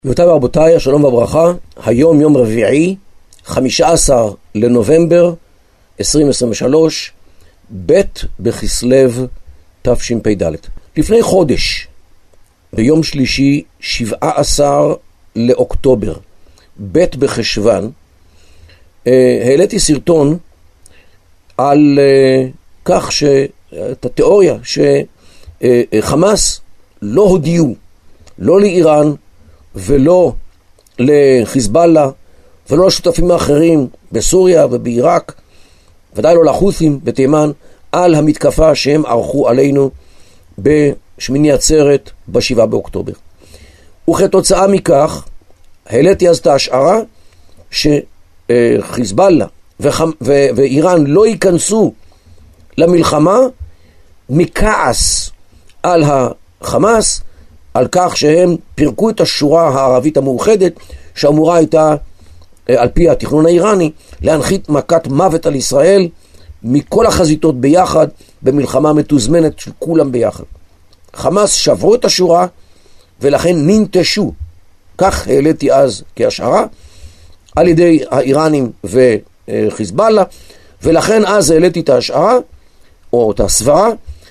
גבירותיי ורבותיי, השלום והברכה. היום יום רביעי, 15 לנובמבר 2023, ב' בכסלו תשפ"ד. לפני חודש, ביום שלישי 17 לאוקטובר, ב' בחשוון, העליתי סרטון על כך את התיאוריה שחמאס לא הודיעו, לא לאיראן ולא לחיזבאללה ולא לשותפים האחרים בסוריה ובעיראק, ודאי לא לחות'ים בתימן, על המתקפה שהם ערכו עלינו בשמיני עצרת ב7 באוקטובר. וכתוצאה מכך העליתי אז את ההשערה שחיזבאללה ואיראן לא ייכנסו למלחמה מכעס על החמאס, על כך שהם פירקו את השורה הערבית המאוחדת שאמורה הייתה על פי התכנון האיראני להנחית מכת מוות על ישראל מכל החזיתות ביחד במלחמה מתוזמנת של כולם ביחד. חמאס שברו את השורה ולכן ננטשו, כך העליתי אז כהשערה, על ידי האיראנים וחיזבאללה, ולכן אז העליתי את ההשערה או את הסברה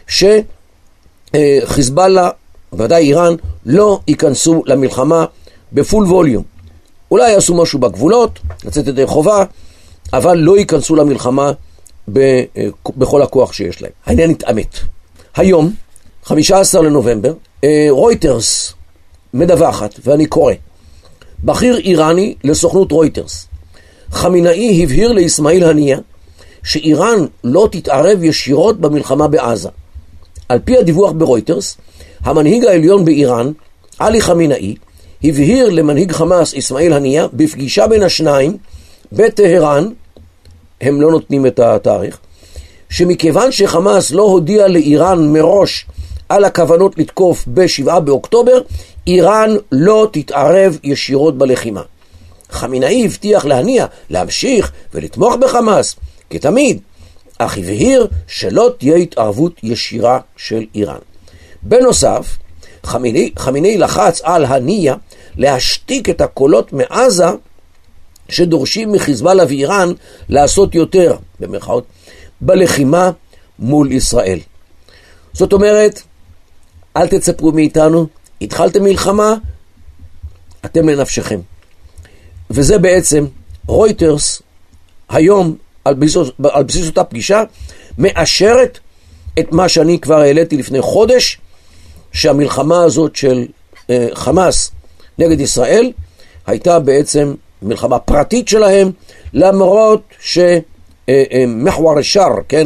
שחיזבאללה ודאי איראן לא ייכנסו למלחמה בפול ווליום. אולי יעשו משהו בגבולות, לצאת ידי חובה, אבל לא ייכנסו למלחמה בכל הכוח שיש להם. העניין התאמת. היום, 15 לנובמבר, רויטרס מדווחת, ואני קורא, בכיר איראני לסוכנות רויטרס, חמינאי הבהיר לאסמאעיל הנייה שאיראן לא תתערב ישירות במלחמה בעזה. על פי הדיווח ברויטרס, המנהיג העליון באיראן, עלי חמינאי, הבהיר למנהיג חמאס אסמאעיל הנייה בפגישה בין השניים בטהרן, הם לא נותנים את התאריך, שמכיוון שחמאס לא הודיע לאיראן מראש על הכוונות לתקוף ב7 באוקטובר, איראן לא תתערב ישירות בלחימה. חמינאי הבטיח להנייה להמשיך ולתמוך בחמאס כתמיד, אך הבהיר שלא תהיה התערבות ישירה של איראן. בנוסף, חמינאי לחץ על הנייה להשתיק את הקולות מעזה שדורשים מחיזבאללה ואיראן לעשות יותר, במרכאות, בלחימה מול ישראל. זאת אומרת, אל תצפו מאיתנו, התחלתם מלחמה, אתם לנפשכם. וזה בעצם רויטרס היום על בסיס אותה פגישה מאשרת את מה שאני כבר העליתי לפני חודש, שהמלחמה הזאת של חמאס נגד ישראל הייתה בעצם מלחמה פרטית שלהם, למרות שמחוור השאר, כן,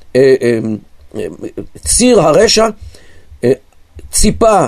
ציר הרשע, ציפה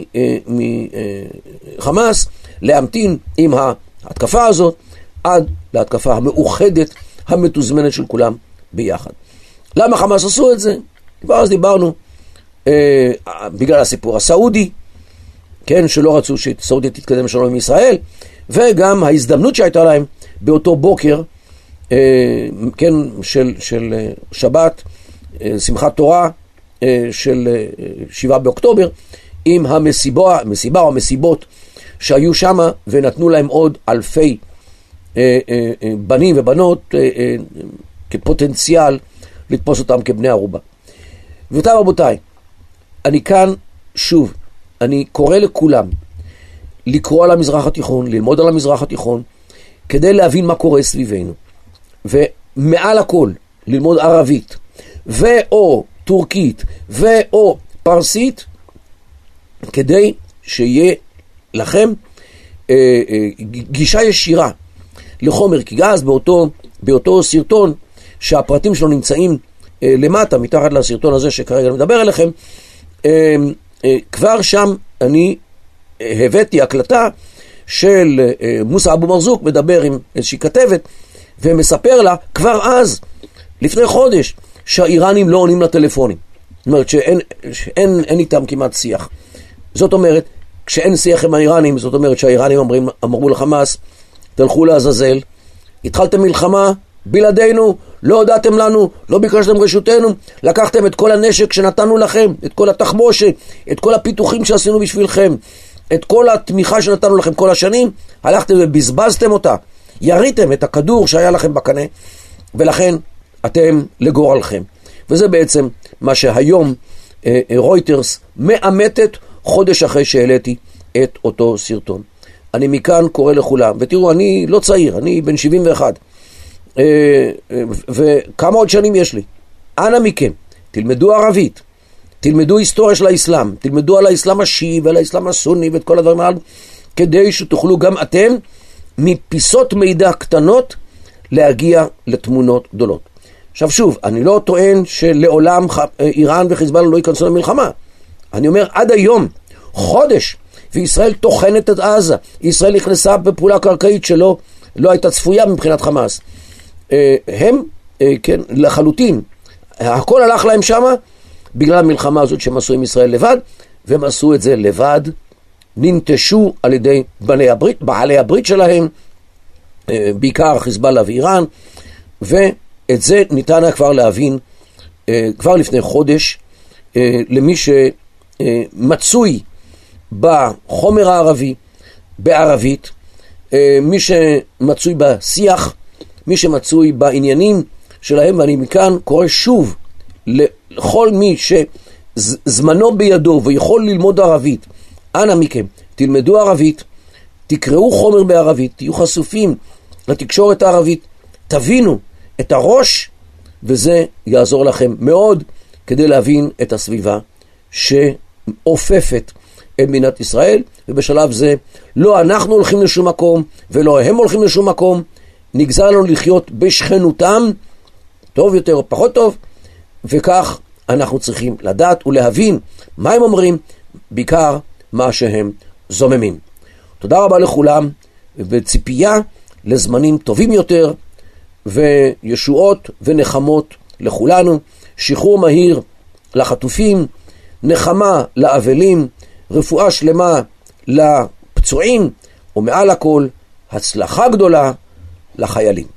מחמאס להמתין עם ההתקפה הזאת עד להתקפה המאוחדת המתוזמנת של כולם ביחד. למה חמאס עשו את זה? כבר אז דיברנו, בגלל הסיפור הסעודי, כן, שלא רצו שסעודיה תתקדם לשלום עם ישראל, וגם ההזדמנות שהייתה להם באותו בוקר, כן, של שבת, שמחת תורה של 7 באוקטובר, עם המסיבה או המסיבות שהיו שם, ונתנו להם עוד אלפי בנים ובנות כפוטנציאל לתפוס אותם כבני ערובה. גבירותיי ורבותיי, אני כאן שוב, אני קורא לכולם לקרוא על המזרח התיכון, ללמוד על המזרח התיכון, כדי להבין מה קורה סביבנו. ומעל הכל, ללמוד ערבית, ואו טורקית, ואו פרסית, כדי שיהיה לכם גישה ישירה לחומר, כי אז באותו סרטון שהפרטים שלו נמצאים למטה, מתחת לסרטון הזה שכרגע מדבר אליכם, כבר שם אני הבאתי הקלטה של מוסא אבו מרזוק מדבר עם איזושהי כתבת ומספר לה כבר אז, לפני חודש, שהאיראנים לא עונים לטלפונים. זאת אומרת שאין איתם כמעט שיח. זאת אומרת, כשאין שיח עם האיראנים, זאת אומרת שהאיראנים אמרו לחמאס, תלכו לעזאזל, התחלתם מלחמה בלעדינו, לא הודעתם לנו, לא ביקשתם רשותנו, לקחתם את כל הנשק שנתנו לכם, את כל התחמושת, את כל הפיתוחים שעשינו בשבילכם, את כל התמיכה שנתנו לכם כל השנים, הלכתם ובזבזתם אותה, יריתם את הכדור שהיה לכם בקנה, ולכן אתם לגורלכם. וזה בעצם מה שהיום רויטרס מאמתת חודש אחרי שהעליתי את אותו סרטון. אני מכאן קורא לכולם, ותראו, אני לא צעיר, אני בן 71, וכמה עוד שנים יש לי. אנא מכם, תלמדו ערבית, תלמדו היסטוריה של האסלאם, תלמדו על האסלאם השיעי ועל האסלאם הסוני ואת כל הדברים האלה, כדי שתוכלו גם אתם מפיסות מידע קטנות להגיע לתמונות גדולות. עכשיו שוב, אני לא טוען שלעולם איראן וחיזבאללה לא ייכנסו למלחמה. אני אומר, עד היום, חודש, וישראל תוכנת את עזה. ישראל נכנסה בפעולה קרקעית שלא הייתה צפויה מבחינת חמאס. הם, כן, לחלוטין, הכל הלך להם שמה, בגלל המלחמה הזאת שהם עשו עם ישראל לבד, והם עשו את זה לבד, ננטשו על ידי בעלי הברית שלהם, בעיקר חיזבאללה ואיראן, ואת זה ניתן היה כבר להבין כבר לפני חודש, למי שמצוי בחומר הערבי, בערבית, מי שמצוי בשיח, מי שמצוי בעניינים שלהם, ואני מכאן קורא שוב לכל מי שזמנו בידו ויכול ללמוד ערבית, אנא מכם, תלמדו ערבית, תקראו חומר בערבית, תהיו חשופים לתקשורת הערבית, תבינו את הראש, וזה יעזור לכם מאוד כדי להבין את הסביבה שאופפת את מדינת ישראל, ובשלב זה לא אנחנו הולכים לשום מקום ולא הם הולכים לשום מקום, נגזר לנו לחיות בשכנותם, טוב יותר או פחות טוב, וכך אנחנו צריכים לדעת ולהבין מה הם אומרים, בעיקר מה שהם זוממים. תודה רבה לכולם, ובציפייה לזמנים טובים יותר, וישועות ונחמות לכולנו, שחרור מהיר לחטופים, נחמה לאבלים, רפואה שלמה לפצועים, ומעל הכל הצלחה גדולה לחיילים.